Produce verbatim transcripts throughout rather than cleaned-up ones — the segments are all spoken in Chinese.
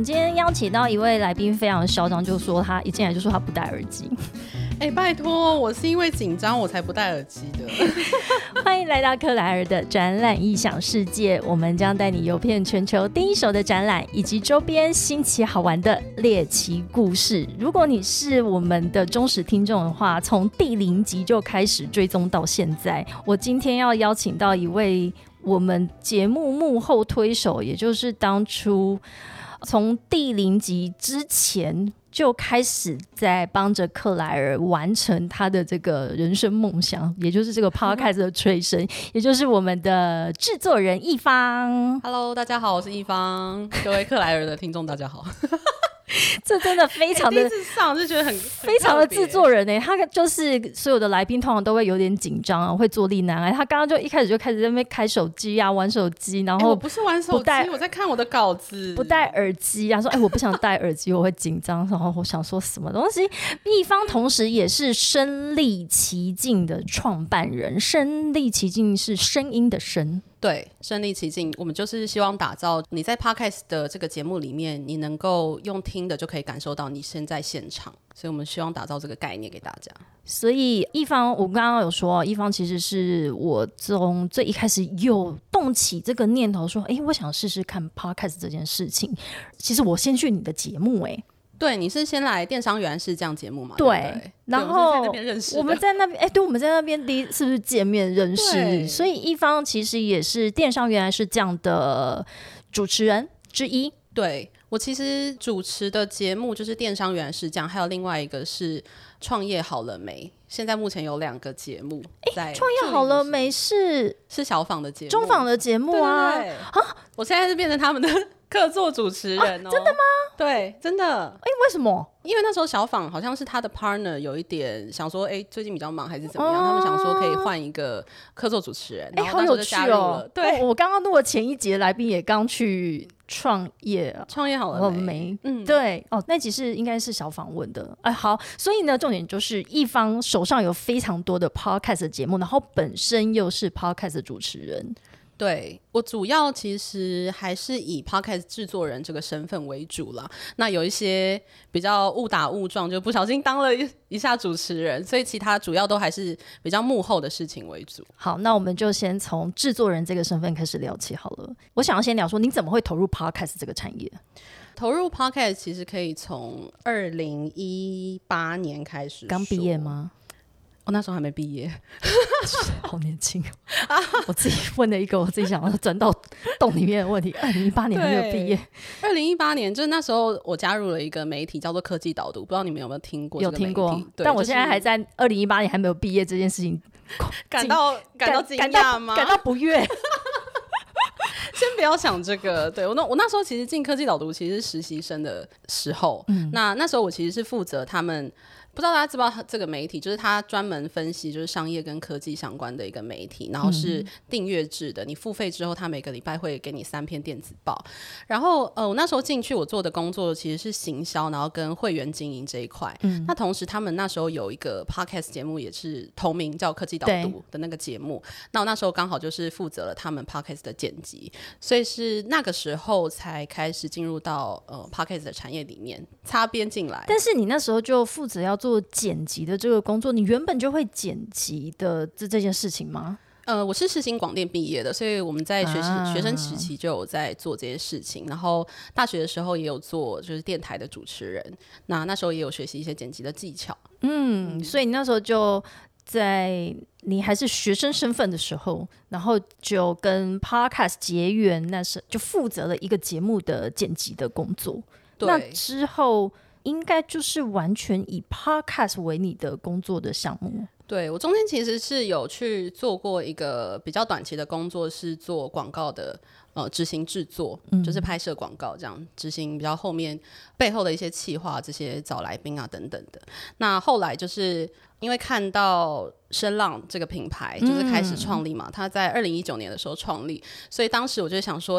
今天邀请到一位来宾，非常的嚣张，就说他一进来就说他不戴耳机。 哎、欸，拜托，我是因为紧张我才不戴耳机的。 欢迎来到克莱尔的展览异想世界，我们将带你游遍全球第一手的展览以及周边新奇好玩的猎奇故事。如果你是我们的忠实听众的话，从第零集就开始追踪到现在。我今天要邀请到一位我们节目幕后推手，也就是当初从第零集之前就开始在帮着克莱尔完成他的这个人生梦想，也就是这个 podcast 的催生，也就是我们的制作人一方。 Hello， 大家好，我是一方，各位克莱尔的听众大家好。 这真的非常的、 欸、第一次上就觉得很非常的制作人欸，他就是所有的来宾通常都会有点紧张啊，会坐立难安。他刚刚就一开始就开始在那边开手机啊，玩手机，然后、欸、 我不是玩手机，我在看我的稿子， 不戴耳机啊，说哎、欸、我不想戴耳机，我会紧张。然后我想说什么东西？一方同时也是身临其境的创办人，身临其境是声音的声。 对，身临其境，我们就是希望打造你在 podcast 的这个节目里面，你能够用听的就可以感受到你身在现场，所以我们希望打造这个概念给大家。 所以一方，我刚刚有说，一方其实是我从最一开始有动起这个念头说，哎，我想试试看 podcast 这件事情。其实我先去你的节目、欸，哎。 对，你是先来电商原来是这样节目嘛？ 对， 对, 对， 然后我们在那边认识， 我们在那边，哎，对，我们在那边第一是不是见面认识？所以一方其实也是电商原来是这样的主持人之一。 对，我其实主持的节目就是电商原来是这样，还有另外一个是创业好了没。现在目前有两个节目在创业好了没是是小访的节目， 中访的节目啊。 对对对啊，我现在是变成他们的客座主持人哦、 啊、真的吗？ 对，真的。 哎，为什么？ 因为那时候小访好像是他的 partner 有一点想说，哎，最近比较忙还是怎么样、哦、他们想说可以换一个客座主持人，然后那时候就加入了。 好有趣哦、 对， 我刚刚录的前一节来宾也刚去创业， 创业好了没？ 嗯，对哦，那集是应该是小访问的。哎，好，所以呢，重点就是一方手上有非常多的 podcast 的节目，然后本身又是 podcast 的主持人。 对，我主要其实还是以 podcast 制作人这个身份为主啦。那有一些比较误打误撞，就不小心当了一下主持人，所以其他主要都还是比较幕后的事情为主。 好，那我们就先从制作人这个身份开始聊起好了。我想要先聊说，你怎么会投入 podcast 这个产业？ 投入 podcast 其实可以从二零一八年开始。 刚毕业吗？ 我、哦、那时候还没毕业。 好年轻、啊、我自己问了一个我自己想要钻到洞里面的问题。二零一八年还没有毕业。 二零一八年就是那时候我加入了一个媒体叫做科技导读，不知道你们有没有听过这个媒体？ 有听过，但我现在还在二零一八年还没有毕业这件事情感到感到惊讶吗？ 感到不悦。 先不要想这个，对，我那我那时候其实进科技导读其实是实习生的时候、嗯、那那时候我其实是负责他们，不知道大家知不知道这个媒体，就是他专门分析就是商业跟科技相关的一个媒体，然后是订阅制的，你付费之后他每个礼拜会给你三篇电子报。然后呃，我那时候进去我做的工作其实是行销，然后跟会员经营这一块、嗯、那同时他们那时候有一个 podcast 节目也是同名叫科技导读的那个节目，那我那时候刚好就是负责了他们 podcast 的剪辑，所以是那个时候才开始进入到呃 podcast 的产业里面擦边进来。 但是你那时候就负责要做剪辑的这个工作，你原本就会剪辑的 这, 这件事情吗？ 呃，我是世新广电毕业的，所以我们在学习、啊、学生时期就有在做这些事情，然后大学的时候也有做就是电台的主持人，那那时候也有学习一些剪辑的技巧。嗯， 所以你那时候就在你还是学生身份的时候，然后就跟 Podcast 结缘，那时就负责了一个节目的剪辑的工作。那之后应该就是完全以 Podcast 为你的工作的项目。 对，我中间其实是有去做过一个比较短期的工作，是做广告的呃执行制作、嗯、就是拍摄广告这样，执行比较后面背后的一些企划，这些找来宾啊等等的。那后来就是因为看到声浪这个品牌就是开始创立嘛、嗯、它在二零一九年的时候创立，所以当时我就想说哎，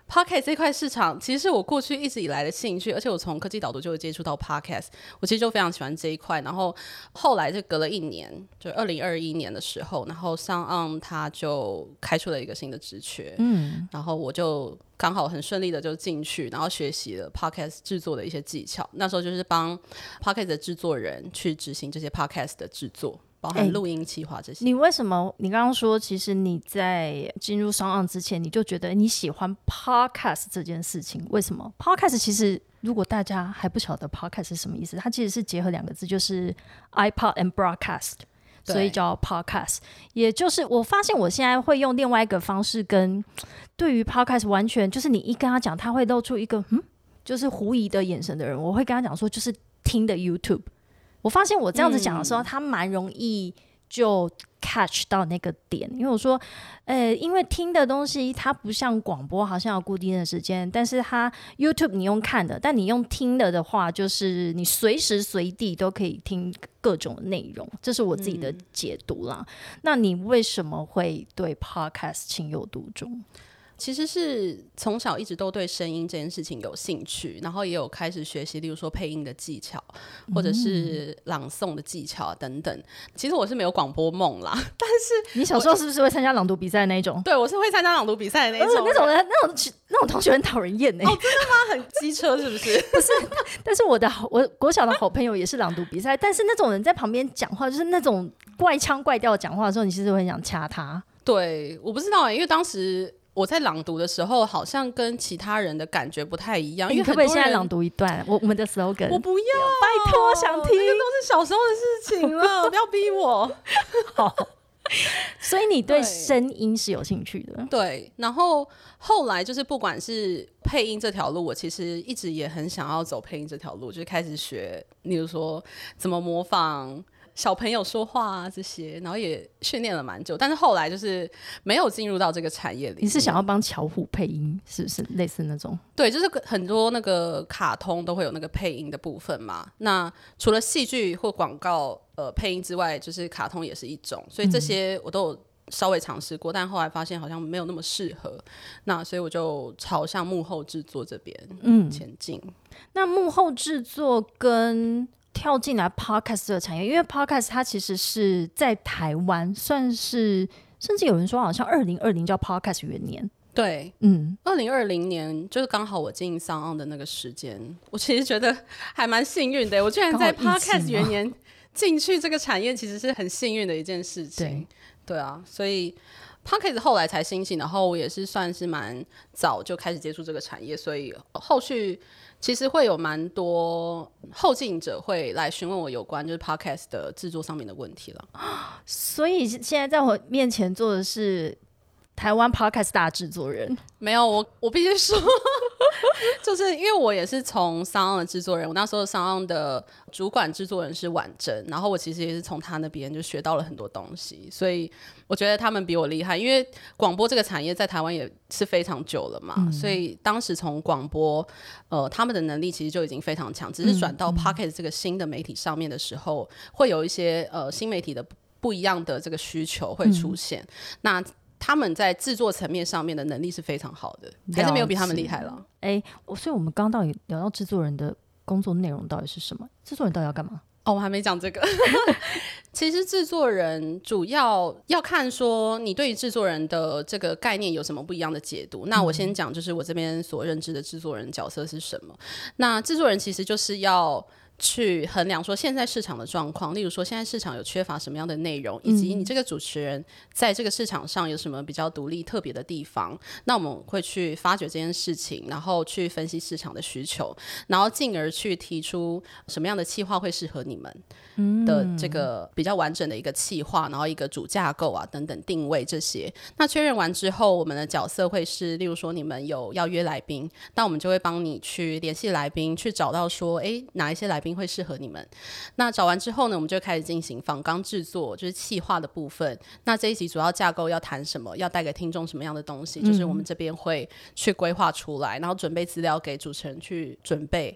Podcast 这块市场其实是我过去一直以来的兴趣，而且我从科技导读就有接触到 Podcast， 我其实就非常喜欢这一块。然后后来就隔了一年，就二零二一年的时候，然后SoundOn它就开出了一个新的职缺，嗯，然后我就刚好很顺利的就进去，然后学习了 Podcast 制作的一些技巧。那时候就是帮 Podcast 的制作人去执行这些 Podcast 的制作，包含录音企划这些、欸、 你为什么你刚刚说其实你在进入SoundOn之前你就觉得你喜欢 Podcast 这件事情？为什么 Podcast 其实如果大家还不晓得 Podcast 是什么意思，它其实是结合两个字，就是 iPod and Broadcast， 所以叫 Podcast。 也就是我发现我现在会用另外一个方式跟对于 Podcast 完全就是你一跟他讲他会露出一个嗯就是狐疑的眼神的人，我会跟他讲说就是听的 YouTube。我发现我这样子讲的时候、嗯、他蛮容易就 catch 到那个点，因为我说呃，因为听的东西它不像广播好像有固定的时间，但是它 YouTube 你用看的，但你用听的的话就是你随时随地都可以听各种内容，这是我自己的解读啦、嗯、那你为什么会对 Podcast 情有独钟？ 其实是从小一直都对声音这件事情有兴趣，然后也有开始学习例如说配音的技巧或者是朗诵的技巧等等。其实我是没有广播梦啦，但是你小时候是不是会参加朗读比赛那一种？ 对，我是会参加朗读比赛的那一种、 呃、那种人那种那种同学很讨人厌欸。 哦，真的吗？很机车是不是？ 不是，但是我的我国小的好朋友也是朗读比赛，但是那种人在旁边讲话就是那种怪腔怪调讲话的时候，你其实会很想掐他。 对，我不知道、欸、因为当时我在朗读的时候好像跟其他人的感觉不太一样、欸、因为很多人， 你可不可以现在朗读一段 我, 我们的 slogan？ 我不要， 拜托，想听， 那个都是小时候的事情了不要逼我好，所以你对声音是有兴趣的？ 对，然后后来就是不管是配音这条路，我其实一直也很想要走配音这条路，就是开始学例如说怎么模仿小朋友说话啊这些，然后也训练了蛮久，但是后来就是没有进入到这个产业里。 你是想要帮巧虎配音是不是？类似那种？ 对，就是很多那个卡通都会有那个配音的部分嘛，那除了戏剧或广告呃配音之外，就是卡通也是一种，所以这些我都有稍微尝试过、嗯、但后来发现好像没有那么适合，那所以我就朝向幕后制作这边前进、嗯、 那幕后制作跟跳进来 Podcast 这个产业，因为 Podcast 它其实是在台湾算是，甚至有人说好像二零二零叫 Podcast 元年。 对，嗯，二零二零年就是刚好我进SoundOn的那个时间，我其实觉得还蛮幸运的，我居然在 Podcast 元年进去这个产业，其实是很幸运的一件事情。对，对啊，所以 Podcast 后来才兴起，然后我也是算是蛮早就开始接触这个产业，所以后续其实会有蛮多后进者会来询问我有关就是 Podcast 的制作上面的问题了。 所以现在在我面前坐的是台湾 Podcast 大制作人。 没有，我我必须说就是因为我也是从SoundOn的制作人，我那时候SoundOn的主管制作人是婉珍，然后我其实也是从他那边就学到了很多东西，所以我觉得他们比我厉害，因为广播这个产业在台湾也是非常久了嘛、嗯、所以当时从广播呃他们的能力其实就已经非常强，只是转到 Podcast 这个新的媒体上面的时候、嗯、会有一些呃新媒体的不一样的这个需求会出现、嗯、那他们在制作层面上面的能力是非常好的，还是没有比他们厉害了。 哎，所以我们刚到底聊到制作人的工作内容到底是什么？制作人到底要干嘛？ 哦，我还没讲这个其实制作人主要要看说你对于制作人的这个概念有什么不一样的解读。那我先讲就是我这边所认知的制作人角色是什么。那制作人其实就是要去衡量说现在市场的状况，例如说现在市场有缺乏什么样的内容，以及你这个主持人在这个市场上有什么比较独立特别的地方，那我们会去发掘这件事情，然后去分析市场的需求，然后进而去提出什么样的企划会适合你们的这个比较完整的一个企划，然后一个主架构啊等等定位这些。那确认完之后，我们的角色会是例如说你们有要约来宾，那我们就会帮你去联系来宾，去找到说哎哪一些来宾会适合你们。那找完之后呢，我们就开始进行访纲制作，就是企划的部分。那这一集主要架构要谈什么，要带给听众什么样的东西、嗯、就是我们这边会去规划出来，然后准备资料给主持人去准备。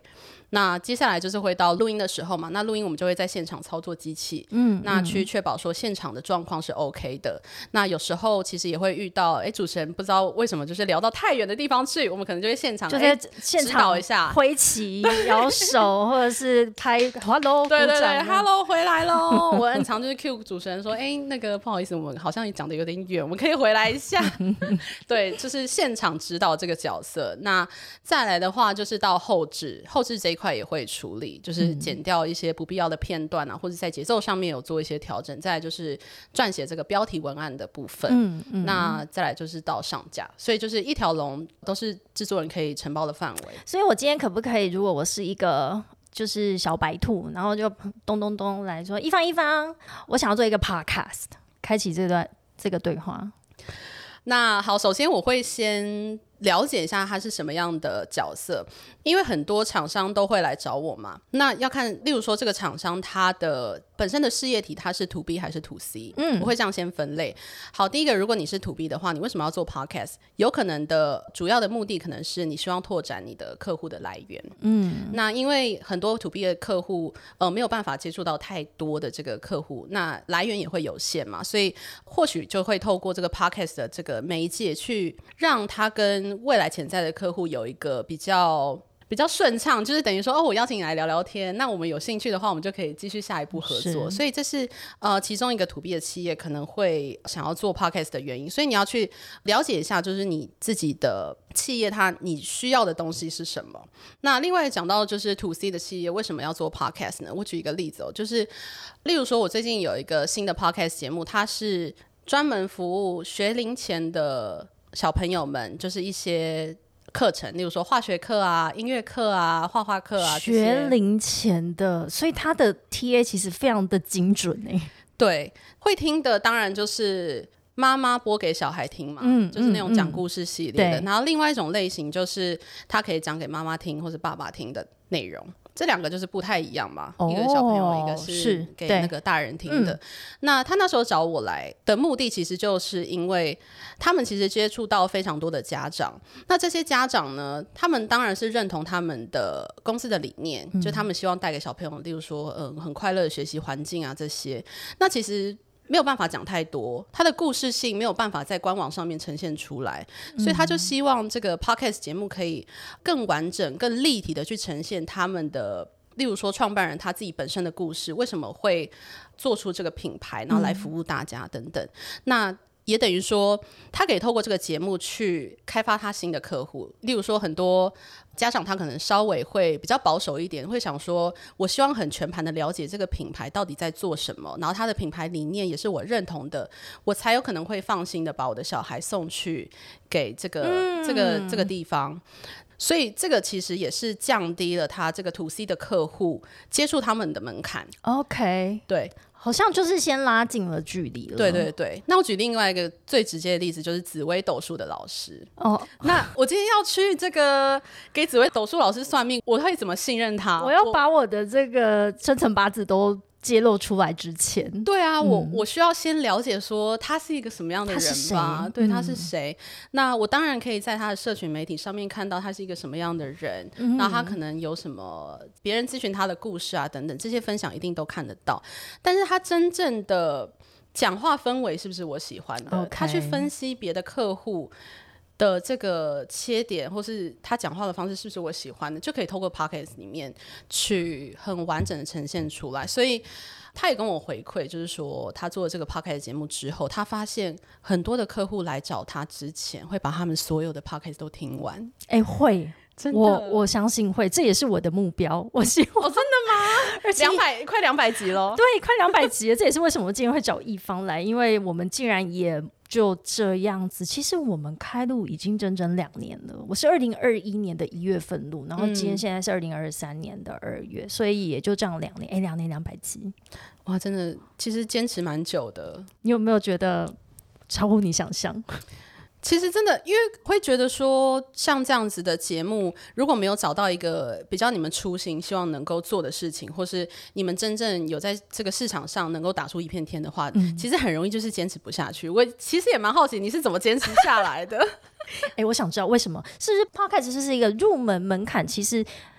那接下来就是会到录音的时候嘛，那录音我们就会在现场操作机器，嗯，那去确保说现场的状况是 OK 的。那有时候其实也会遇到，哎，主持人不知道为什么就是聊到太远的地方去，我们可能就会现场就在现场一下挥旗摇手或者是拍 hello 对对对 hello 回来咯我很常就是 cue 主持人说，哎，那个不好意思，我们好像讲的有点远，我们可以回来一下对，就是现场指导这个角色。那再来的话就是到后制，后制这一块也会处理，就是剪掉一些不必要的片段啊，或者在节奏上面有做一些调整。再来就是撰写这个标题文案的部分，嗯嗯，那再来就是到上架，所以就是一条龙都是制作人可以承包的范围。 所以我今天可不可以，如果我是一个就是小白兔，然后就咚咚咚来说，一方一方，我想要做一个 podcast， 开启这段这个对话。 那好，首先我会先了解一下他是什么样的角色，因为很多厂商都会来找我嘛，那要看例如说这个厂商他的本身的事业体他是 to B 还是 to C， 嗯，我会这样先分类。好，第一个，如果你是 to B 的话，你为什么要做 podcast？ 有可能的主要的目的可能是你希望拓展你的客户的来源，嗯，那因为很多 to B 的客户呃没有办法接触到太多的这个客户，那来源也会有限嘛，所以或许就会透过这个 podcast 的这个媒介去让他跟未来潜在的客户有一个比较比较顺畅，就是等于说哦，我邀请你来聊聊天，那我们有兴趣的话我们就可以继续下一步合作。所以这是呃其中一个 to B 的企业可能会想要做 podcast 的原因。所以你要去了解一下就是你自己的企业它你需要的东西是什么。那另外讲到就是 to C 的企业为什么要做 podcast 呢？我举一个例子哦，就是例如说我最近有一个新的 podcast 节目，它是专门服务学龄前的小朋友们，就是一些课程，例如说化学课啊、音乐课啊、画画课啊， 学龄前的，所以他的 T A 其实非常的精准耶。 对，会听的当然就是妈妈播给小孩听嘛，嗯，就是那种讲故事系列的，嗯嗯，然后另外一种类型就是他可以讲给妈妈听或是爸爸听的内容。这两个就是不太一样嘛，哦，一个小朋友，一个是给那个大人听的，嗯。那他那时候找我来的目的其实就是因为他们其实接触到非常多的家长，那这些家长呢，他们当然是认同他们的公司的理念，嗯，就他们希望带给小朋友例如说嗯很快乐的学习环境啊这些，那其实没有办法讲太多，他的故事性没有办法在官网上面呈现出来，嗯，所以他就希望这个 podcast 节目可以更完整更立体的去呈现他们的例如说创办人他自己本身的故事，为什么会做出这个品牌然后来服务大家等等，嗯，那也等于说他可以透过这个节目去开发他新的客户。例如说很多家长他可能稍微会比较保守一点，会想说我希望很全盘的了解这个品牌到底在做什么，然后他的品牌理念也是我认同的，我才有可能会放心的把我的小孩送去给这个、嗯、这个这个地方。所以这个其实也是降低了他这个 to C 的客户接触他们的门槛。 OK， 对， 好像就是先拉近了距离了。 对对对，那我举另外一个最直接的例子，就是紫微斗数的老师。哦，那我今天要去这个给紫微斗数老师算命，我会怎么信任他？ 我要把我的这个生辰八字都揭露出来之前， 对啊，嗯、我我需要先了解说他是一个什么样的人吧？他对，他是谁、嗯？那我当然可以在他的社群媒体上面看到他是一个什么样的人，嗯、然后他可能有什么别人咨询他的故事啊等等，这些分享一定都看得到。但是他真正的讲话氛围是不是我喜欢的？ Okay. 他去分析别的客户的这个切点，或是他讲话的方式是不是我喜欢的，就可以透过 podcast 里面去很完整的呈现出来。所以他也跟我回馈，就是说他做了这个 podcast 节目之后，他发现很多的客户来找他之前会把他们所有的 podcast 都听完。 哎、欸，会，真的，我我相信会，这也是我的目标。我希望、 哦、真的吗？而且两百快两百集咯。 对，快两百集了。这也是为什么今天会找一方来，因为我们竟然也就这样子，其实我们开录已经整整两年了。我是二零二一年的一月份录，然后今天现在是二零二三年的二月、嗯，所以也就这样两年，哎，两年两百集， 哇，真的，其实坚持蛮久的。 你有没有觉得超乎你想象？ 其实真的，因为会觉得说像这样子的节目，如果没有找到一个比较你们初心希望能够做的事情，或是你们真正有在这个市场上能够打出一片天的话、嗯、其实很容易就是坚持不下去。我其实也蛮好奇你是怎么坚持下来的。 哎、欸，我想知道为什么？是不是 Podcast 就是一个入门门槛其实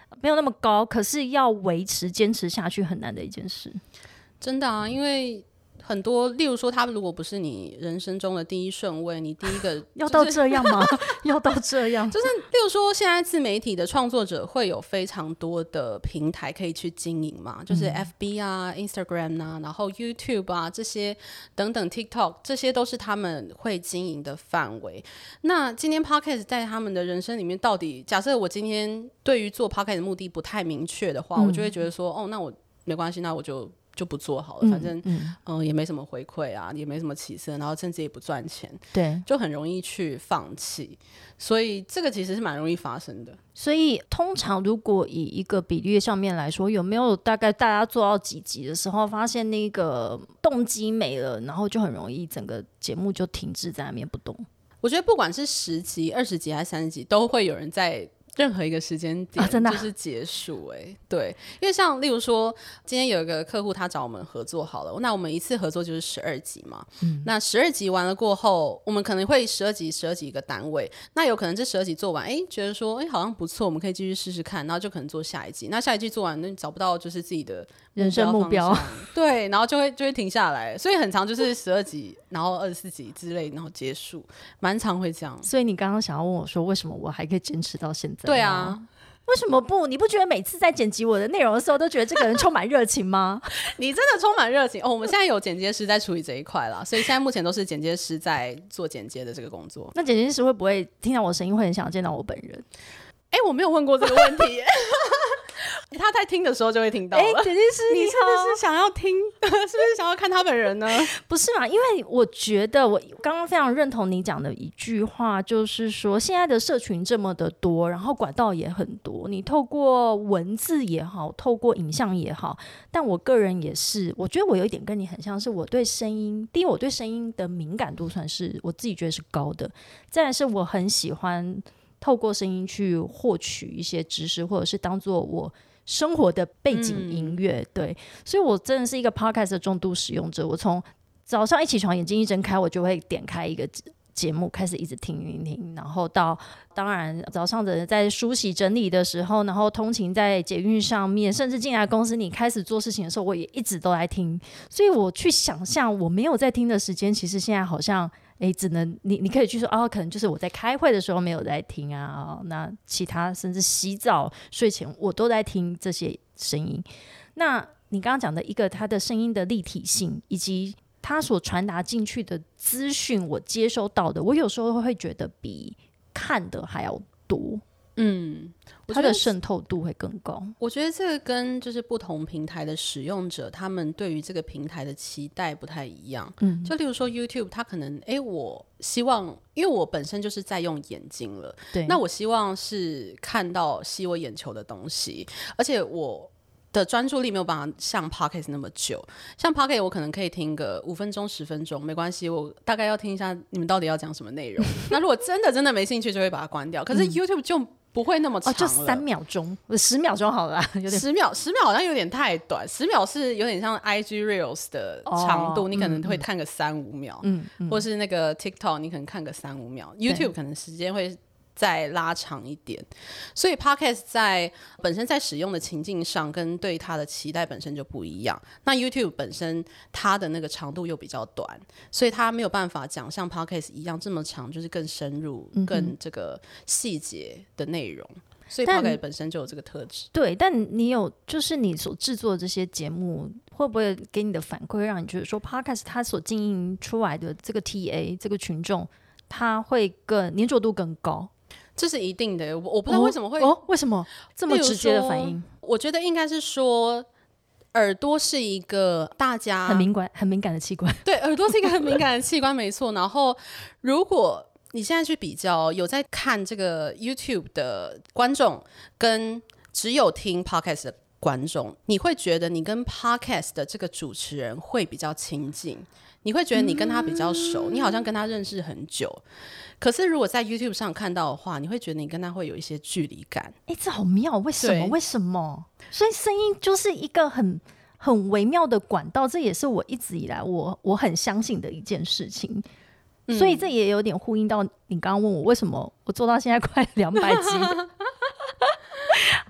没有那么高，可是要维持坚持下去很难的一件事。 真的啊，因为很多，例如说，他如果不是你人生中的第一顺位，你第一个、就是、 要到这样吗？要到这样， 就是例如说，现在自媒体的创作者会有非常多的平台可以去经营嘛，就是 F B 啊、嗯、Instagram 啊，然后 YouTube 啊这些等等 TikTok， 这些都是他们会经营的范围。那今天 Podcast 在他们的人生里面，到底假设我今天对于做 Podcast 的目的不太明确的话、嗯，我就会觉得说，哦，那我没关系，那我就。就不做好了，反正嗯、呃、也没什么回馈啊，也没什么起色，然后甚至也不赚钱， 对， 就很容易去放弃，所以这个其实是蛮容易发生的。 所以通常如果以一个比例上面来说，有没有大概大家做到几集的时候，发现那个动机没了，然后就很容易整个节目就停滞在那边不动？ 我觉得不管是十集、二十集还是三十集，都会有人在任何一个时间点就是结束、欸啊、对，因为像例如说今天有一个客户他找我们合作好了，那我们一次合作就是十二集嘛、嗯、那十二集完了过后，我们可能会十二集十二集一个单位，那有可能这十二集做完哎，觉得说哎好像不错，我们可以继续试试看，然后就可能做下一集，那下一季做完那找不到就是自己的人生目标， 对，然后就会就会停下来，所以很常就是十二集然后二十四集之类然后结束，蛮常会这样。 所以你刚刚想要问我说为什么我还可以坚持到现在？ 对啊， 为什么不？你不觉得每次在剪辑我的内容的时候都觉得这个人充满热情吗？ 你真的充满热情哦！我们现在有剪接师在处理这一块啦，所以现在目前都是剪接师在做剪接的这个工作。 那剪接师会不会听到我声音会很想见到我本人？ 哎、欸，我没有问过这个问题耶他在听的时候就会听到了。哎、 欸，剪接师你是不是想要听是不是想要看他本人呢？ 不是嘛，因为我觉得我刚刚非常认同你讲的一句话，就是说现在的社群这么的多，然后管道也很多，你透过文字也好，透过影像也好，但我个人也是，我觉得我有一点跟你很像，是我对声音，第一我对声音的敏感度算是我自己觉得是高的，再来是我很喜欢透过声音去获取一些知识，或者是当做我生活的背景音乐、嗯、对，所以我真的是一个 podcast 的重度使用者。我从早上一起床眼睛一睁开，我就会点开一个节目开始一直听听听，然后到当然早上的在梳洗整理的时候，然后通勤在捷运上面，甚至进来公司你开始做事情的时候，我也一直都在听。所以我去想象我没有在听的时间，其实现在好像哎，只能你你可以去说哦，可能就是我在开会的时候没有在听啊、哦，那其他甚至洗澡、睡前我都在听这些声音。那你刚刚讲的一个它的声音的立体性，以及它所传达进去的资讯，我接收到的，我有时候会觉得比看的还要多。嗯，它的渗透度会更高。 我觉得这个跟就是不同平台的使用者他们对于这个平台的期待不太一样。嗯，就例如说 YouTube 它可能哎，我希望因为我本身就是在用眼睛了，对，那我希望是看到吸我眼球的东西，而且我的专注力没有办法像 Podcast 那么久，像 Podcast 我可能可以听个五分钟十分钟没关系，我大概要听一下你们到底要讲什么内容那如果真的真的没兴趣就会把它关掉，可是 YouTube 就不会那么长了、哦、 就三秒钟十秒钟好了啦，有点十秒十秒好像有点太短，十秒是有点像 I G Reels 的长度、哦、你可能会看个三五秒、嗯嗯、或是那个 TikTok 你可能看个三五秒， YouTube 可能时间会再拉长一点，所以 Podcast 在本身在使用的情境上跟对它的期待本身就不一样，那 YouTube 本身它的那个长度又比较短，所以它没有办法讲像 Podcast 一样这么长，就是更深入、嗯、更这个细节的内容，所以 Podcast 本身就有这个特质。 对，但你有就是你所制作的这些节目会不会给你的反馈让你觉得说 Podcast 它所经营出来的这个 T A 这个群众它会更粘着度更高？ 这是一定的， 我, 我不知道为什么会、 哦哦、为什么这么直接的反应？ 我觉得应该是说耳朵是一个大家很敏感很敏感的器官， 对，耳朵是一个很敏感的器官没错。然后如果你现在去比较有在看这个 YouTube 的观众跟只有听 Podcast 的观众，你会觉得你跟 Podcast 的这个主持人会比较亲近，你会觉得你跟他比较熟、嗯、你好像跟他认识很久。可是如果在 YouTube 上看到的话，你会觉得你跟他会有一些距离感。 哎、欸，这好妙，为什么？为什么？所以声音就是一个很很微妙的管道，这也是我一直以来我我很相信的一件事情。嗯、所以这也有点呼应到你刚刚问我为什么我做到现在快两百集。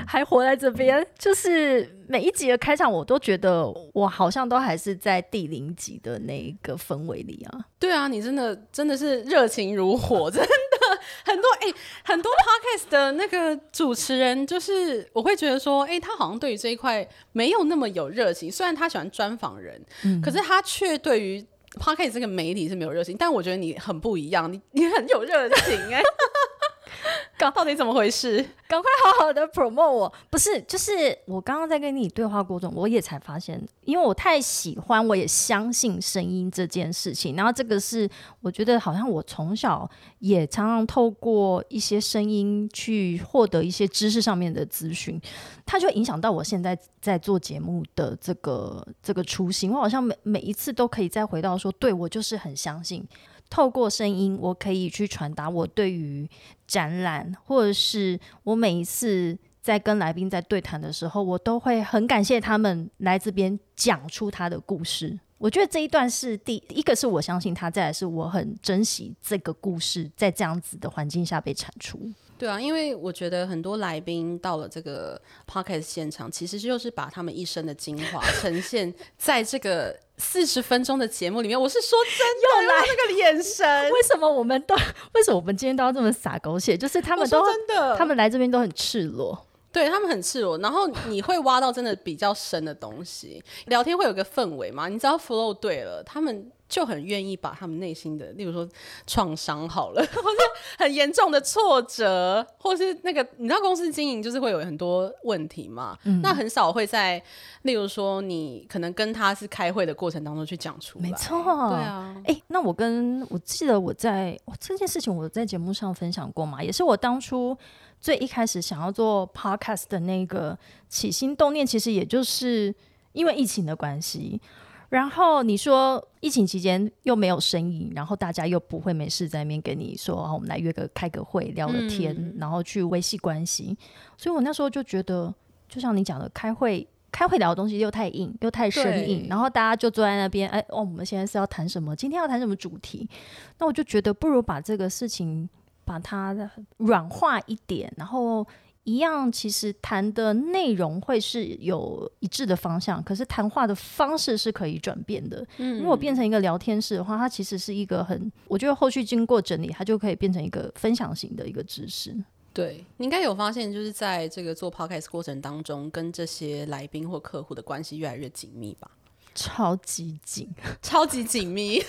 还活在这边，就是每一集的开场我都觉得我好像都还是在第零集的那一个氛围里啊。 对啊，你真的真的是热情如火，真的很多哎、欸，很多 podcast 的那个主持人，就是我会觉得说，哎、欸，他好像对于这一块没有那么有热情，虽然他喜欢专访人、嗯，可是他却对于 podcast 这个媒体是没有热情。但我觉得你很不一样，你你很有热情哎、欸。到底怎么回事？ 赶快好好的 promote 我。不是，就是我刚刚在跟你对话过程，我也才发现，因为我太喜欢，我也相信声音这件事情。然后这个是我觉得好像我从小也常常透过一些声音去获得一些知识上面的资讯，它就影响到我现在在做节目的这个这个初心。我好像每每一次都可以再回到说，对，我就是很相信。透过声音我可以去传达我对于展览，或者是我每一次在跟来宾在对谈的时候，我都会很感谢他们来这边讲出他的故事。我觉得这一段是第一个是我相信他，再来是我很珍惜这个故事在这样子的环境下被产出。 对啊，因为我觉得很多来宾到了这个 podcast 现场，其实就是把他们一生的精华呈现在这个四十分钟的节目里面。我是说真的，又来那个眼神， 为什么我们都为什么我们今天都要这么洒狗血？就是他们都真的， 他们来这边都很赤裸。 对，他们很赤裸，然后你会挖到真的比较深的东西。聊天会有个氛围嘛，你只要 flow 对了，他们就很愿意把他们内心的，例如说创伤好了，或是很严重的挫折，或是那个你知道公司经营就是会有很多问题嘛、嗯、那很少会在例如说你可能跟他是开会的过程当中去讲出来。 没错， 对啊。 欸，那我跟我记得我在这件事情我在节目上分享过嘛，也是我当初最一开始想要做 podcast 的那个起心动念，其实也就是因为疫情的关系。然后你说疫情期间又没有生意，然后大家又不会没事在那边跟你说、啊、我们来约个开个会聊个天、嗯、然后去维系关系。所以我那时候就觉得就像你讲的，开会开会聊的东西又太硬又太生硬，然后大家就坐在那边，哎哦，我们现在是要谈什么，今天要谈什么主题，那我就觉得不如把这个事情把它软化一点，然后一样其实谈的内容会是有一致的方向，可是谈话的方式是可以转变的、嗯、如果变成一个聊天室的话，它其实是一个很我觉得后续经过整理它就可以变成一个分享型的一个知识。 对，你应该有发现就是在这个做 podcast 过程当中跟这些来宾或客户的关系越来越紧密吧？ 超级紧超级紧密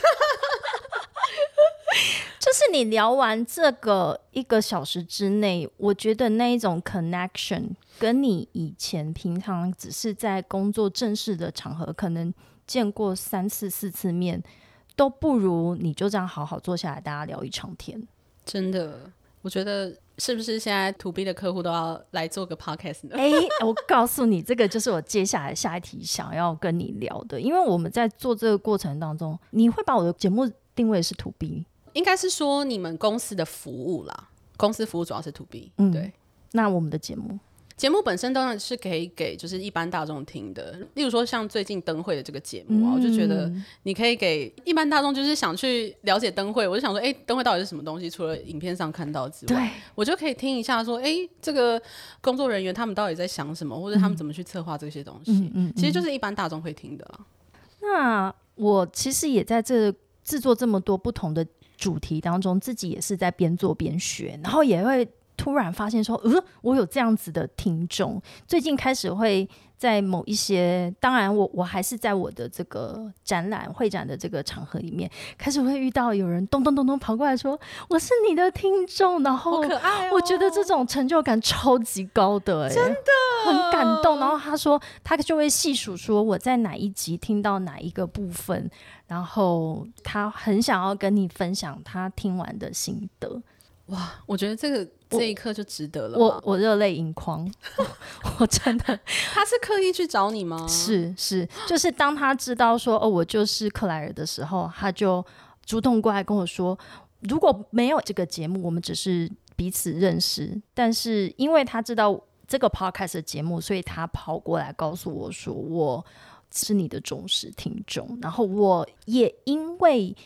就是你聊完这个一个小时之内，我觉得那一种 connection 跟你以前平常只是在工作正式的场合可能见过三次四次面，都不如你就这样好好坐下来大家聊一场天。 真的，我觉得是不是现在 to B 的客户都要来做个 podcast 呢？ 哎、欸，我告诉你，这个就是我接下来下一题想要跟你聊的。因为我们在做这个过程当中，你会把我的节目定位是 to B， 应该是说你们公司的服务啦，公司服务主要是 to B、 嗯、 对。 那我们的节目节目本身当然是可以给就是一般大众听的，例如说像最近灯会的这个节目啊、嗯，我就觉得你可以给一般大众就是想去了解灯会，我就想说，哎、欸，灯会到底是什么东西？除了影片上看到之外，我就可以听一下说，哎、欸，这个工作人员他们到底在想什么，或者他们怎么去策划这些东西、嗯嗯嗯，其实就是一般大众会听的啦。 那我其实也在这制作这么多不同的主题当中，自己也是在边做边学，然后也会突然发现说，呃，我有这样子的听众。最近开始会在某一些，当然我我还是在我的这个展览会展的这个场合里面，开始会遇到有人咚咚咚咚跑过来说我是你的听众，然后好可爱哦， 我觉得这种成就感超级高的、欸， 真的很感动。然后他说他就会细数说我在哪一集听到哪一个部分，然后他很想要跟你分享他听完的心得。哇， 我觉得这个这一刻就值得了。 我我热泪盈眶，我真的。 他是刻意去找你吗？ 是是，就是当他知道说哦我就是克莱尔的时候，他就主动过来跟我说，如果没有这个节目，我们只是彼此认识，但是因为他知道这个 podcast 的节目，所以他跑过来告诉我说我是你的忠实听众，然后我也因为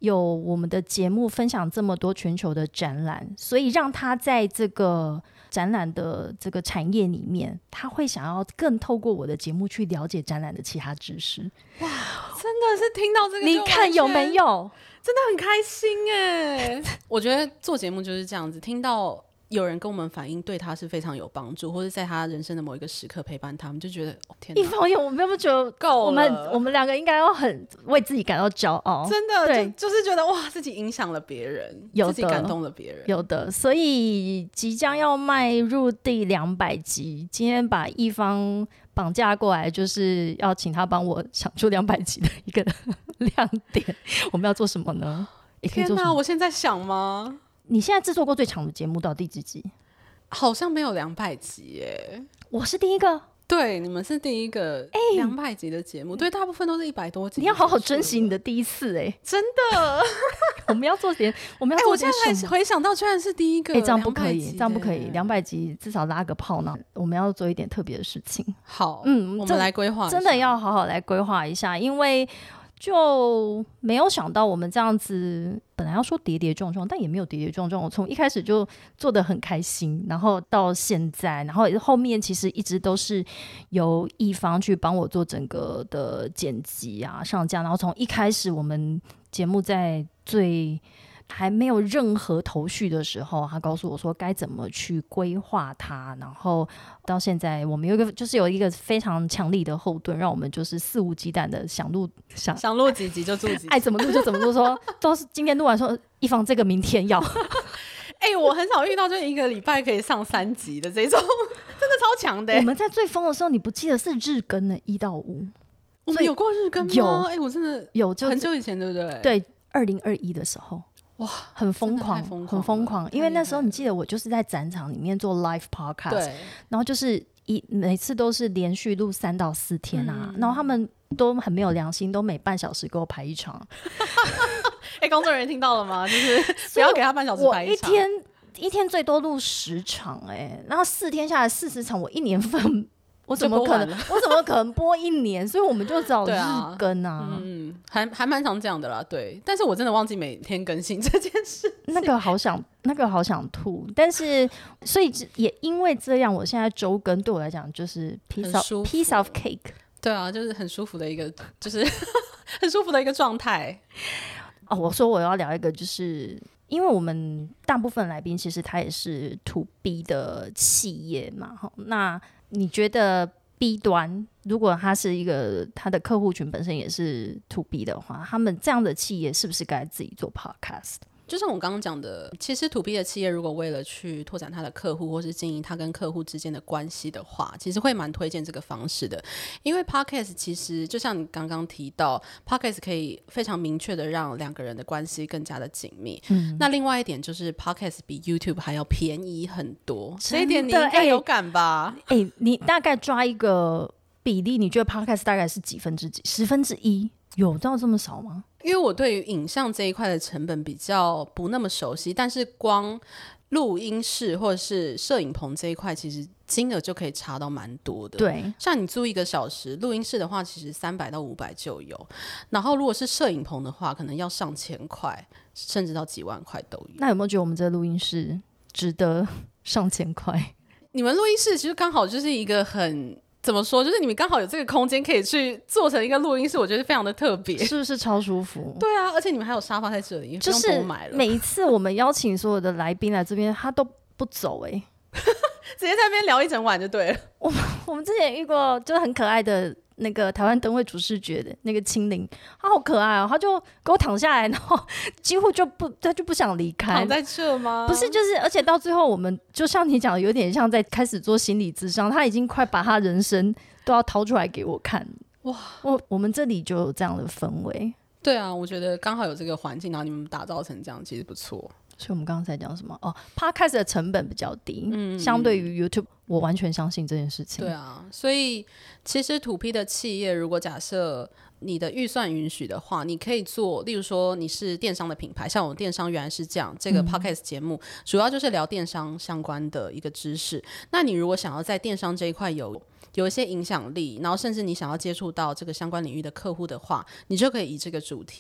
有我们的节目分享这么多全球的展览，所以让他在这个展览的这个产业里面，他会想要更透过我的节目去了解展览的其他知识。 哇，真的是听到这个， 你看有没有？ 真的很开心哎！我觉得做节目就是这样子，听到有人跟我们反映对他是非常有帮助，或者在他人生的某一个时刻陪伴他们，就觉得、哦、天哪！ 一方面我们有没有觉得够了？我们我们两个应该要很为自己感到骄傲， 真的， 对， 就, 就是觉得哇，自己影响了别人， 有的自己感动了别人， 有的。所以即将要迈入第两百集，今天把一方绑架过来，就是要请他帮我想出两百集的一个亮点。我们要做什么呢？也可以做什么？ 天哪，我现在想吗？ 你现在制作过最长的节目到第几集？ 好像没有两百集耶。 我是第一个。 对，你们是第一个两百集的节目、欸、对，大部分都是一百多集。 你要好好珍惜你的第一次哎、欸， 真的。我们要做点，我们要做点什么？ 欸、我现在回想到居然是第一个， 哎、欸，这样不可以，这样不可以，两百集至少拉个炮呢。我们要做一点特别的事情。 好，嗯，我们来规划， 真的要好好来规划一下，因为就没有想到我们这样子，本来要说跌跌撞撞，但也没有跌跌撞撞。我从一开始就做得很开心，然后到现在，然后后面其实一直都是由一方去帮我做整个的剪辑啊、上架。然后从一开始我们节目在最还没有任何头绪的时候，他告诉我说该怎么去规划它，然后到现在我们有一个就是有一个非常强力的后盾，让我们就是肆无忌惮的想录想想录几集就录几集， 爱怎么录就怎么录，说都是今天录完说一方这个明天要哎、欸，我很少遇到就一个礼拜可以上三集的这种，真的超强的、欸。 我们在最疯的时候，你不记得是日更的一到五， 我们有过日更吗？ 有， 哎、欸，我真的有，就很久以前，对不对？ 对，二零二一的时候。哇，很疯狂，很疯狂，因为那时候你记得我就是在展场里面做 live podcast， 对，然后就是一每次都是连续录三到四天啊、嗯，然后他们都很没有良心，都每半小时给我排一场。 哎、欸，工作人员听到了吗？就是不要给他半小时排一场。 我一天一天最多录十场、欸，哎，然后四天下来四十场，我一年份。我怎么可能？我怎么可能播一年？所以我们就找日更啊，啊嗯，还还蛮常这样的啦，对。但是我真的忘记每天更新这件事， 那个好想，那个好想吐。但是，所以也因为这样，我现在周更对我来讲就是 piece of piece of cake。 对啊，就是很舒服的一个，就是很舒服的一个状态。 哦，我说我要聊一个，就是因为我们大部分来宾其实他也是 to B 的企业嘛，那。你觉得 B 端如果他是一个他的客户群本身也是 to B 的话，他们这样的企业是不是该自己做 podcast？ 就像我刚刚讲的，其实 to B 的企业如果为了去拓展他的客户或是经营他跟客户之间的关系的话，其实会蛮推荐这个方式的。因为 podcast 其实就像你刚刚提到 podcast 可以非常明确的让两个人的关系更加的紧密、嗯、那另外一点就是 podcast 比 YouTube 还要便宜很多，这一点你应该有感吧？ 哎、欸欸，你大概抓一个比例，你觉得 podcast 大概是几分之几？十分之一？有到这么少吗？ 因为我对于影像这一块的成本比较不那么熟悉，但是光录音室或者是摄影棚这一块其实金额就可以差到蛮多的。 对， 像你租一个小时录音室的话其实三百到五百就有，然后如果是摄影棚的话可能要上千块甚至到几万块都有。 那有没有觉得我们这个录音室值得上千块？ 你们录音室其实刚好就是一个很怎么说，就是你们刚好有这个空间可以去做成一个录音室，我觉得非常的特别， 是不是超舒服？ 对啊，而且你们还有沙发在这里， 就是不用多买了。 每一次我们邀请所有的来宾来这边他都不走哎、欸， 直接在那边聊一整晚就对了。 我们我们之前遇过就是很可爱的那个台湾灯会主视觉的那个青玲，他好可爱哦，他就给我躺下来，然后几乎就不他就不想离开。 躺在这吗？ 不是，就是而且到最后我们就像你讲的，有点像在开始做心理咨商，他已经快把他人生都要掏出来给我看。哇，我我们这里就有这样的氛围。 对啊，我觉得刚好有这个环境，然后你们打造成这样，其实不错。 所以我们刚刚在讲什么？哦 Podcast 的成本比较低，嗯，相对于 YouTube， 我完全相信这件事情。 对啊，所以其实 to B 的企业，如果假设你的预算允许的话，你可以做，例如说你是电商的品牌，像我们电商原来是这样，这个 Podcast 节目、嗯、主要就是聊电商相关的一个知识。那你如果想要在电商这一块有有一些影响力，然后甚至你想要接触到这个相关领域的客户的话，你就可以以这个主题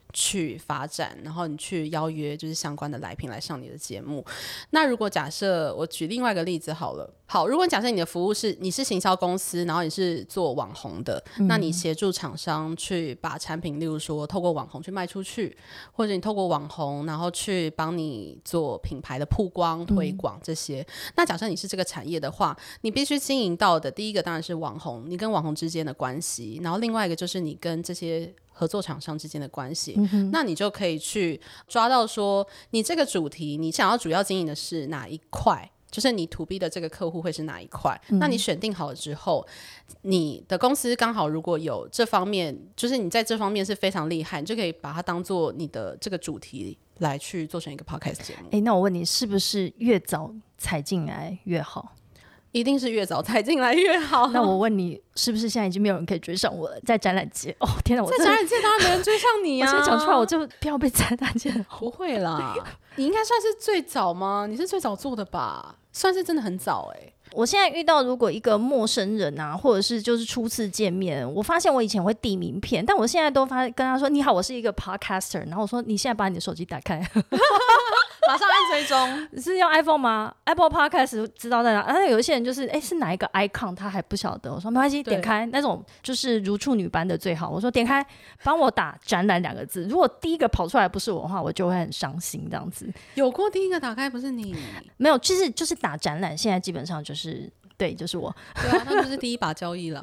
去发展，然后你去邀约就是相关的来宾来上你的节目。那如果假设我举另外一个例子好了，好，如果假设你的服务是你是行销公司，然后你是做网红的，嗯、那你协助厂商去把产品，例如说透过网红去卖出去，或者你透过网红然后去帮你做品牌的曝光推广这些、嗯、那假设你是这个产业的话，你必须经营到的第一个当然是网红，你跟网红之间的关系，然后另外一个就是你跟这些合作厂商之间的关系、嗯、那你就可以去抓到说你这个主题你想要主要经营的是哪一块，就是你 to B 的这个客户会是哪一块、嗯、那你选定好了之后，你的公司刚好如果有这方面，就是你在这方面是非常厉害，你就可以把它当做你的这个主题来去做成一个 podcast 节目。 欸，那我问你，是不是越早踩进来越好？ 一定是越早踩进来越好。 那我问你，是不是现在已经没有人可以追上我了？在展览界，哦天哪，我在展览界当然没人追上你啊！ 我现在讲出来，我就不要被展览界的。 不会啦，你应该算是最早吗？你是最早做的吧？算是真的很早哎、欸。 我现在遇到如果一个陌生人啊，或者是就是初次见面，我发现我以前会递名片，但我现在都发跟他说你好，我是一个 podcaster， 然后我说你现在把你的手机打开马上按追踪。 是用 iPhone 吗？ Apple Podcast 知道在哪？然后有一些人就是哎是哪一个 icon 他还不晓得，我说没关系，点开，那种就是如处女般的最好，我说点开帮我打展览两个字，如果第一个跑出来不是我的话，我就会很伤心这样子。 有过第一个打开不是你？ 没有，其实就是打展览现在基本上就是对，就是我。 对啊，那就是第一把交易了。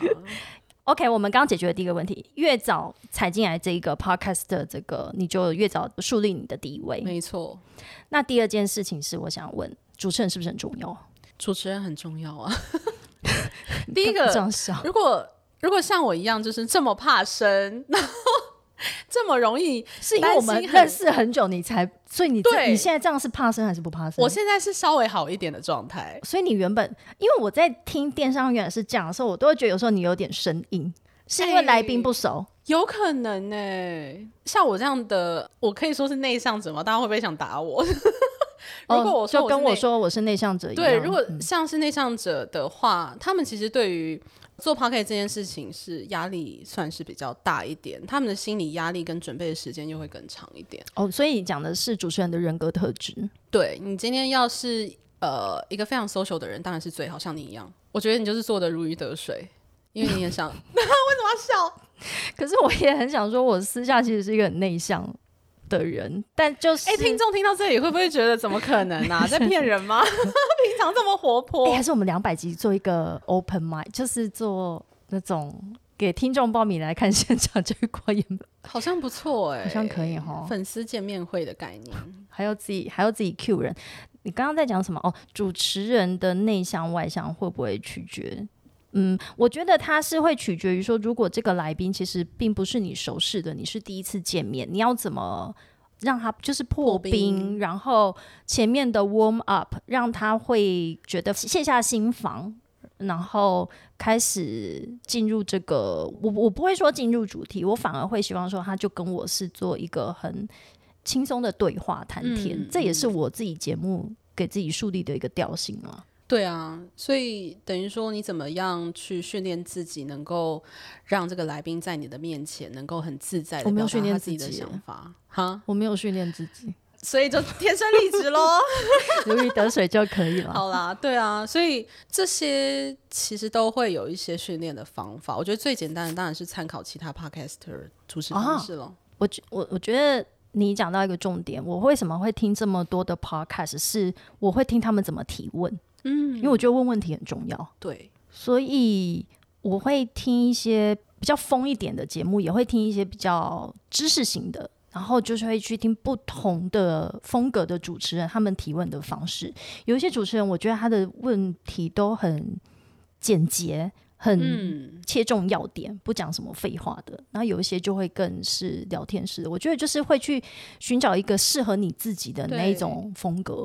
OK， 我们刚刚解决了第一个问题，越早踩进来这一个 podcast 的这个，你就越早树立你的地位。 没错。 那第二件事情是，我想问，主持人是不是很重要？ 主持人很重要啊。第一个， 这样想， 如果如果像我一样，就是这么怕生，然后这么容易， 是因为我们认识很久，你才，所以你你现在这样是怕生还是不怕生？ 我现在是稍微好一点的状态。 所以你原本，因为我在听电商原来是这样的时候，我都会觉得有时候你有点生硬，是因为来宾不熟。 欸，有可能呢、欸。像我这样的，我可以说是内向者吗？大家会不会想打我？如果我说我就跟我说我是内向者一样， 对，如果像是内向者的话，嗯、他们其实对于做 podcast 这件事情是压力算是比较大一点，他们的心理压力跟准备的时间又会更长一点。 哦，所以讲的是主持人的人格特质。 对，你今天要是呃一个非常 social 的人，当然是最好像你一样，我觉得你就是做的如鱼得水，因为你很想为什么要笑？ 可是我也很想说，我私下其实是一个很内向的人，但就是哎、欸，听众听到这里会不会觉得怎么可能啊，在骗人吗？平常这么活泼、 欸，还是我们两百集做一个 open mic， 就是做那种给听众报名来看现场这一块， 好像不错哎、欸， 好像可以齁， 粉丝见面会的概念， 还要自己还要自己 cue 人。你刚刚在讲什么？哦，主持人的内向外向会不会取决？嗯，我觉得它是会取决于说，如果这个来宾其实并不是你熟识的，你是第一次见面，你要怎么让他就是破冰，破冰然后前面的 warm up 让他会觉得卸下心防，然后开始进入这个，我我不会说进入主题，我反而会希望说他就跟我是做一个很轻松的对话谈天、嗯、这也是我自己节目给自己树立的一个调性啊。 对啊，所以等于说你怎么样去训练自己能够让这个来宾在你的面前能够很自在的表达他自己的想法。哈， 我没有训练自己， 所以就天生丽质咯如鱼得水就可以了。 好啦，对啊，所以这些其实都会有一些训练的方法。我觉得最简单的当然是参考其他 podcaster 主持方式咯、啊、 我, 我, 我觉得你讲到一个重点，我为什么会听这么多的 podcast 是我会听他们怎么提问。嗯，因为我觉得问问题很重要。 对， 所以我会听一些比较疯一点的节目，也会听一些比较知识型的，然后就是会去听不同的风格的主持人他们提问的方式。有一些主持人我觉得他的问题都很简洁，很切中要点、嗯、不讲什么废话的，然后有一些就会更是聊天式的。我觉得就是会去寻找一个适合你自己的那一种风格。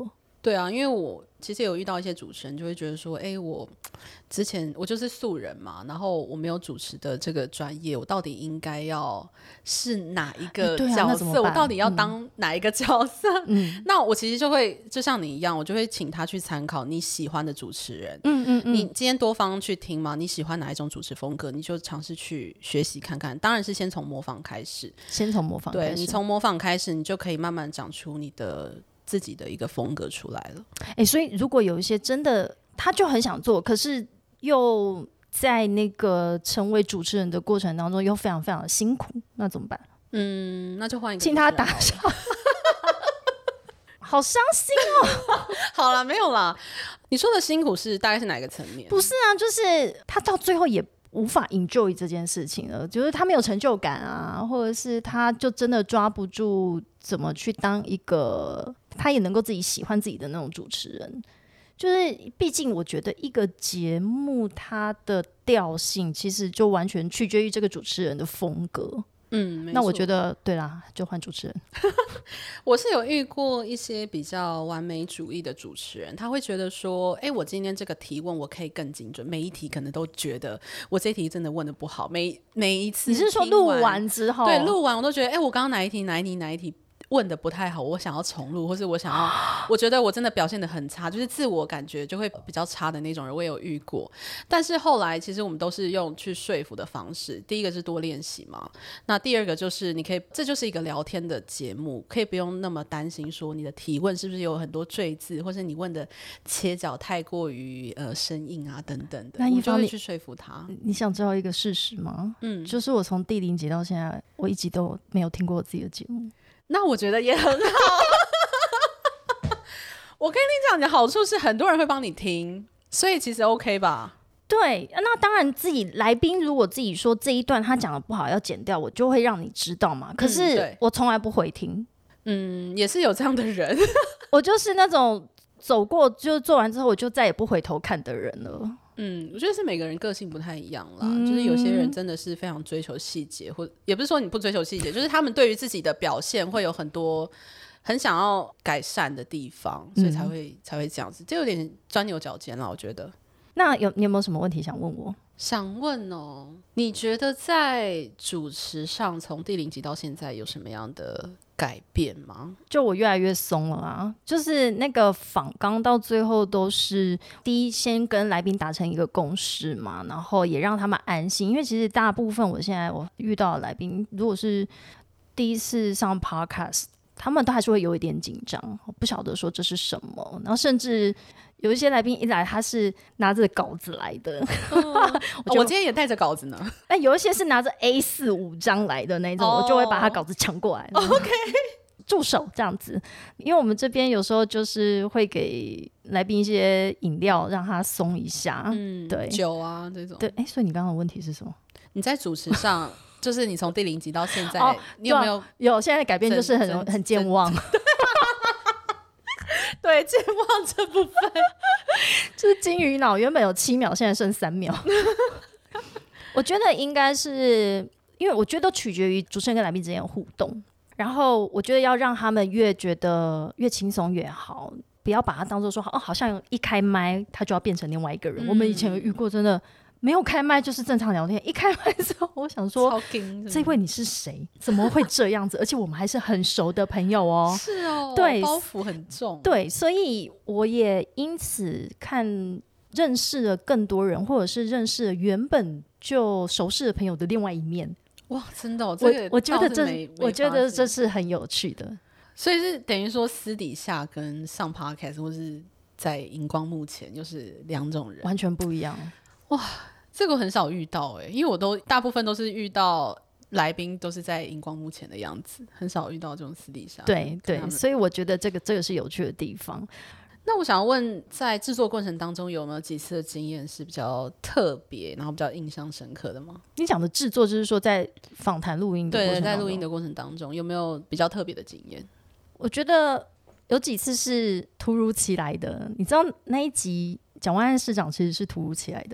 对啊，因为我其实有遇到一些主持人就会觉得说，哎、欸，我之前我就是素人嘛，然后我没有主持的这个专业，我到底应该要是哪一个角色、欸啊、我到底要当哪一个角色、嗯、那我其实就会就像你一样，我就会请他去参考你喜欢的主持人，嗯嗯嗯，你今天多方去听嘛，你喜欢哪一种主持风格，你就尝试去学习看看，当然是先从模仿开始， 先从模仿开始， 对，你从模仿开始，你就可以慢慢长出你的自己的一个风格出来了。 哎、欸，所以如果有一些真的他就很想做，可是又在那个成为主持人的过程当中又非常非常的辛苦，那怎么办？ 嗯，那就换一个， 请他打上好伤心哦好啦，没有啦，你说的辛苦是大概是哪个层面？ 不是啊，就是他到最后也无法 enjoy 这件事情了，就是他没有成就感啊，或者是他就真的抓不住怎么去当一个他也能够自己喜欢自己的那种主持人。就是毕竟我觉得一个节目它的调性其实就完全取决于这个主持人的风格。嗯，那我觉得对啦，就换主持人我是有遇过一些比较完美主义的主持人，他会觉得说，哎、欸，我今天这个提问我可以更精准，每一题可能都觉得我这一题真的问得不好，每每一次你是说录完之后？ 对，录完我都觉得，哎、欸，我刚刚哪一题哪一题哪一题问的不太好，我想要重录，或是我想要我觉得我真的表现得很差，就是自我感觉就会比较差的那种人，我也有遇过。但是后来其实我们都是用去说服的方式，第一个是多练习嘛，那第二个就是你可以，这就是一个聊天的节目，可以不用那么担心说你的提问是不是有很多赘字，或是你问的切角太过于呃生硬啊等等的，你就会去说服他。 你想知道一个事实吗？嗯，就是我从第零集到现在，我一集都没有听过我自己的节目。 那我觉得也很好我跟你讲，你的好处是很多人会帮你听，所以其实 OK 吧。 对，那当然自己来宾如果自己说这一段他讲的不好要剪掉，我就会让你知道嘛，可是我从来不回听。 嗯，也是有这样的人我就是那种走过就做完之后我就再也不回头看的人了。 嗯，我觉得是每个人个性不太一样啦、嗯、就是有些人真的是非常追求细节，或也不是说你不追求细节，就是他们对于自己的表现会有很多很想要改善的地方，所以才会、嗯、才会这样子，就有点钻牛角尖啦我觉得。 那有你有没有什么问题想问我？ 想问哦，你觉得在主持上从第零集到现在有什么样的改变吗？ 就我越来越松了啊，就是那个访纲到最后都是第一先跟来宾达成一个共识嘛，然后也让他们安心，因为其实大部分我现在我遇到的来宾如果是第一次上 podcast， 他们都还是会有一点紧张，我不晓得说这是什么，然后甚至有一些来宾一来他是拿着稿子来的、嗯我, 我今天也带着稿子呢。 那有一些是拿着 A 四 五张来的那种、oh. 我就会把他稿子抢过来、 oh, OK 助手这样子，因为我们这边有时候就是会给来宾一些饮料让他松一下、嗯、对， 酒啊这种。 对，哎，所以你刚刚的问题是什么？ 你在主持上就是你从第零集到现在、 哦、 你有没有有现在的改变就是很很健忘对，健忘这部分就是金鱼脑原本有七秒现在剩三秒我觉得应该是因为我觉得都取决于主持人跟来宾之间的互动，然后我觉得要让他们越觉得越轻松越好，不要把它当作说哦，好像一开麦他就要变成另外一个人、嗯、我们以前有遇过真的没有开麦就是正常聊天，一开麦之后我想说这位你是谁，怎么会这样子而且我们还是很熟的朋友哦。 是哦， 对， 包袱很重。 对，所以我也因此看认识了更多人，或者是认识了原本就熟识的朋友的另外一面。 哇，真的、哦、这个我, 我觉得这我觉得这是很有趣的。 所以是等于说私底下跟上 podcast 或是在荧光幕前又是两种人， 完全不一样。 哇，这个我很少遇到哎、欸，因为我都大部分都是遇到来宾都是在荧光幕前的样子，很少遇到这种私底下。 对对，所以我觉得这个这个是有趣的地方。 那我想要问，在制作过程当中有没有几次的经验是比较特别，然后比较印象深刻的吗？ 你讲的制作就是说在访谈录音的过程当中， 对，在录音的过程当中有没有比较特别的经验？ 我觉得有几次是突如其来的，你知道那一集蒋万安市长其实是突如其来的、欸、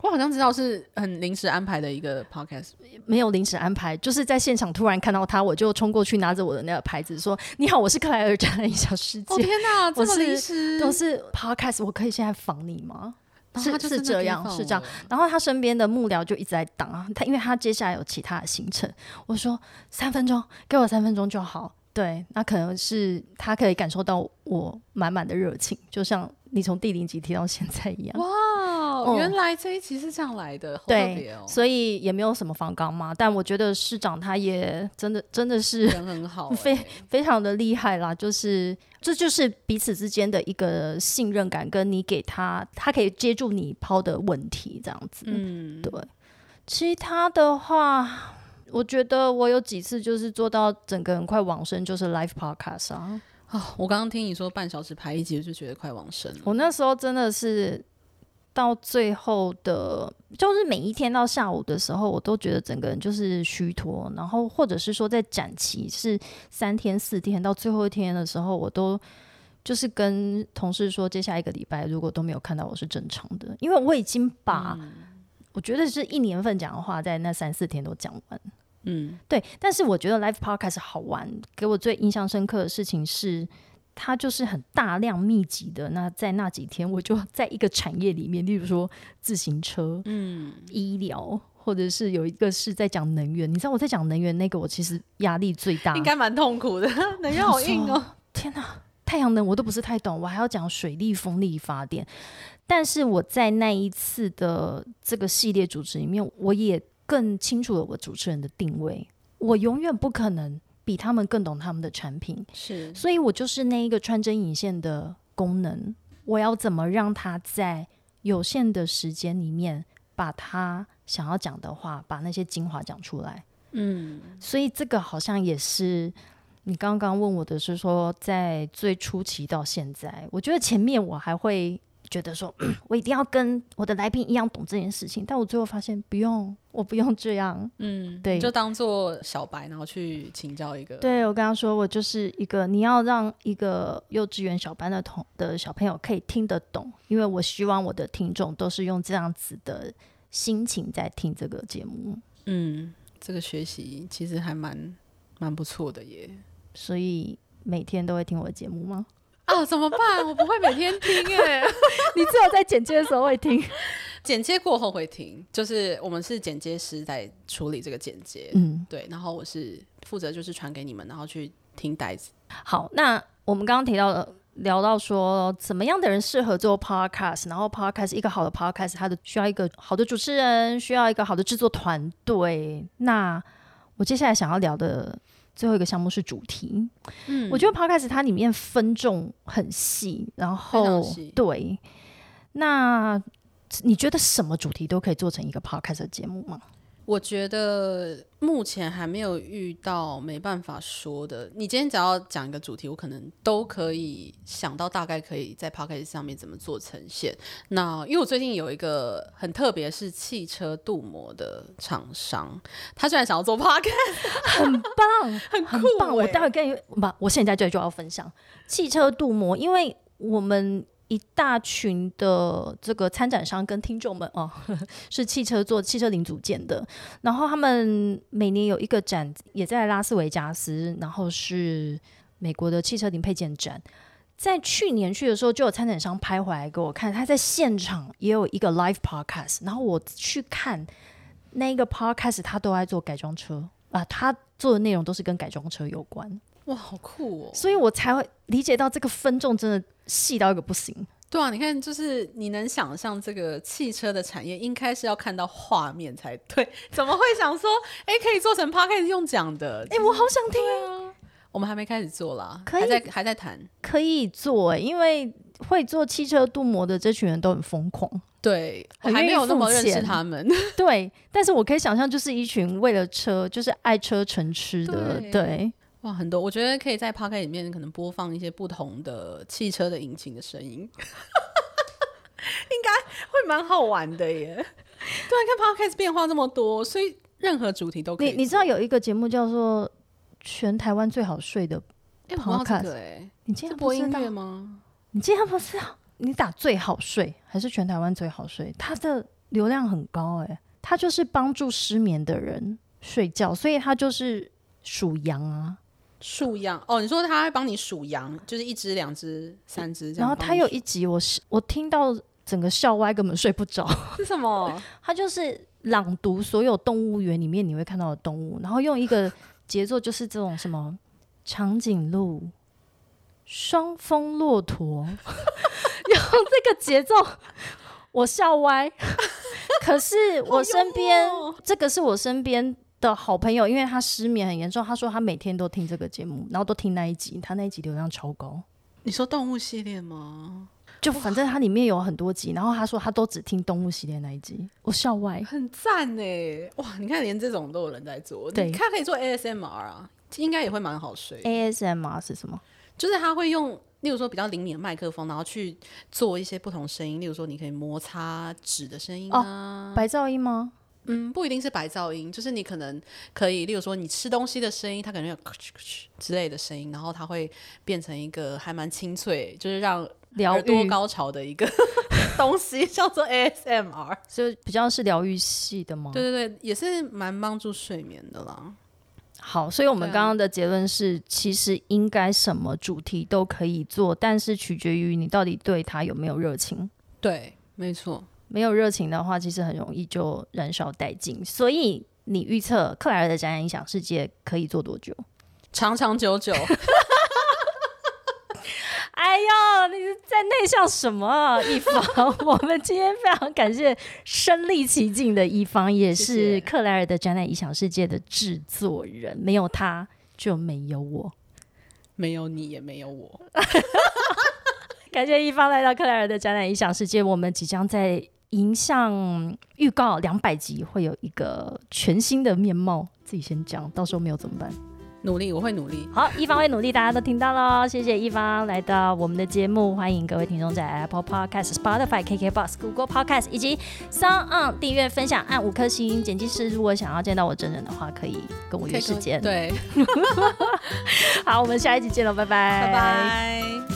我好像知道是很临时安排的一个 podcast。 没有临时安排，就是在现场突然看到他，我就冲过去拿着我的那个牌子说你好，我是克莱尔展览一小世界。 哦天哪，这么临时， 都是 podcast， 我可以现在访你吗？是是这样是这样，然后他身边的幕僚就一直在挡啊，他因为他接下来有其他的行程，我说三分钟，给我三分钟就好。对，那可能是他可以感受到我满满的热情，就像你从第零集提到现在一样。 哇、哦，原来这一集是这样来的，好特别哦。 对，所以也没有什么访纲嘛，但我觉得市长他也真的真的是人很好、欸， 非非常的厉害啦，就是这就是彼此之间的一个信任感，跟你给他，他可以接住你抛的问题这样子。嗯，对。其他的话，我觉得我有几次就是做到整个人快往生，就是 live podcast 啊。 哦、我刚刚听你说半小时排一集，就觉得快往生了。 我那时候真的是到最后的，就是每一天到下午的时候，我都觉得整个人就是虚脱，然后或者是说在展期是三天四天，到最后一天的时候，我都就是跟同事说，接下来一个礼拜如果都没有看到我是正常的，因为我已经把、嗯、我觉得是一年份讲的话，在那三四天都讲完。嗯，对，但是我觉得 live podcast 好玩，给我最印象深刻的事情是它就是很大量密集的，那在那几天我就在一个产业里面，例如说自行车、嗯，医疗，或者是有一个是在讲能源，你知道我在讲能源那个我其实压力最大， 应该蛮痛苦的，能源好硬哦， 天哪，太阳能我都不是太懂，我还要讲水力风力发电，但是我在那一次的这个系列主持里面，我也更清楚了我主持人的定位，我永远不可能比他们更懂他们的产品，是，所以我就是那一个穿针引线的功能，我要怎么让他在有限的时间里面把他想要讲的话，把那些精华讲出来。嗯，所以这个好像也是你刚刚问我的是说，在最初期到现在，我觉得前面我还会觉得说、嗯、我一定要跟我的来宾一样懂这件事情，但我最后发现不用，我不用这样。嗯，对， 就当做小白，然后去请教一个。 对，我跟他说，我就是一个你要让一个幼稚园小班的同的小朋友可以听得懂，因为我希望我的听众都是用这样子的心情在听这个节目。 嗯，这个学习其实还蛮蛮不错的耶。 所以每天都会听我的节目吗？ 啊，怎么办？我不会每天听耶。 你只有在剪接的时候会听， 剪接过后会听，就是我们是剪接师在处理这个剪接，嗯，对，然后我是负责就是传给你们，然后去听带子。 好，那我们刚刚提到了聊到说怎么样的人适合做 podcast， 然后 podcast 一个好的 podcast 它的需要一个好的主持人，需要一个好的制作团队。那我接下来想要聊的最后一个项目是主题，嗯，我觉得 podcast 它里面分众很细，然后对，那你觉得什么主题都可以做成一个 podcast 的节目吗？ 我觉得目前还没有遇到没办法说的。你今天只要讲一个主题，我可能都可以想到大概可以在 podcast 上面怎么做呈现。那因为我最近有一个很特别是汽车镀膜的厂商，他居然想要做 podcast， 很棒， 很酷、欸， 很棒。我待会跟你，我现在就要分享汽车镀膜，因为我们一大群的这个参展商跟听众们哦，呵呵是汽车做汽车零组件的，然后他们每年有一个展也在拉斯维加斯，然后是美国的汽车零配件展。在去年去的时候就有参展商拍回来给我看，他在现场也有一个 live podcast， 然后我去看那个 podcast 他都在做改装车啊，他做的内容都是跟改装车有关。 哇，好酷哦！ 所以我才会理解到这个分众真的细到一个不行。 对啊，你看，就是你能想象这个汽车的产业应该是要看到画面才对，怎么会想说，哎，可以做成 podcast 用讲的？ 哎，我好想听啊！我们还没开始做啦， 可以还在还在谈， 可以做，因为会做汽车镀膜的这群人都很疯狂。 对，我还没有那么认识他们。 对，但是我可以想象，就是一群为了车，就是爱车成痴的，对。对哇，很多，我觉得可以在 podcast 里面可能播放一些不同的汽车的引擎的声音，应该会蛮好玩的耶。对啊，看 podcast 变化这么多，所以任何主题都可以。 你你知道有一个节目叫做《全台湾最好睡的 podcast》？ 哎，你今天播音乐吗？ 你今天不知道？你打最好睡还是全台湾最好睡？它的流量很高哎、欸，它就是帮助失眠的人睡觉，所以它就是数羊啊。 数羊哦，你说他会帮你数羊，就是一只、两只、三只这样。 然后他有一集我我听到整个笑歪，根本睡不着。 是什么？ 他就是朗读所有动物园里面你会看到的动物，然后用一个节奏就是这种什么长颈鹿、双峰骆驼，用这个节奏，我笑歪。可是我身边、哦、这个是我身边的好朋友，因为他失眠很严重，他说他每天都听这个节目，然后都听那一集，他那一集流量超高。 你说动物系列吗？ 就反正它里面有很多集，然后他说他都只听动物系列那一集，我笑歪。 很赞耶！哇，你看连这种都有人在做，对，他可以做 A S M R 啊，应该也会蛮好睡。 A S M R 是什么？ 就是他会用例如说比较灵敏的麦克风，然后去做一些不同声音，例如说你可以摩擦纸的声音啊、 哦、白噪音吗？ 嗯，不一定是白噪音，就是你可能可以例如说你吃东西的声音，它可能有之类的声音，然后它会变成一个还蛮清脆，就是让耳朵高潮的一个东西叫做 A S M R， 所以比较是疗愈系的吗？ 对对对，也是蛮帮助睡眠的啦。 好，所以我们刚刚的结论是、啊、其实应该什么主题都可以做，但是取决于你到底对它有没有热情。 对，没错， 没有热情的话其实很容易就燃烧殆尽。所以你预测克莱尔的展览影响世界可以做多久？ 长长久久。 哎呦，你在内向什么啊，一方？我们今天非常感谢身临其境的一方，也是克莱尔的展览影响世界的制作人，没有他就没有我， 没有你也没有我。 感谢一方来到克莱尔的展览影响世界，我们即将在影像预告两百集会有一个全新的面貌，自己先讲，到时候没有怎么办？ 努力，我会努力。 好，一方会努力，大家都听到了，谢谢一方来到我们的节目，欢迎各位听众在 Apple Podcast、Spotify、K K B O X、Google Podcast 以及 SoundOn 订阅、分享、按五颗星。剪辑师如果想要见到我真人的话，可以跟我约时间。 对， 好，我们下一集见了，拜拜， 拜拜。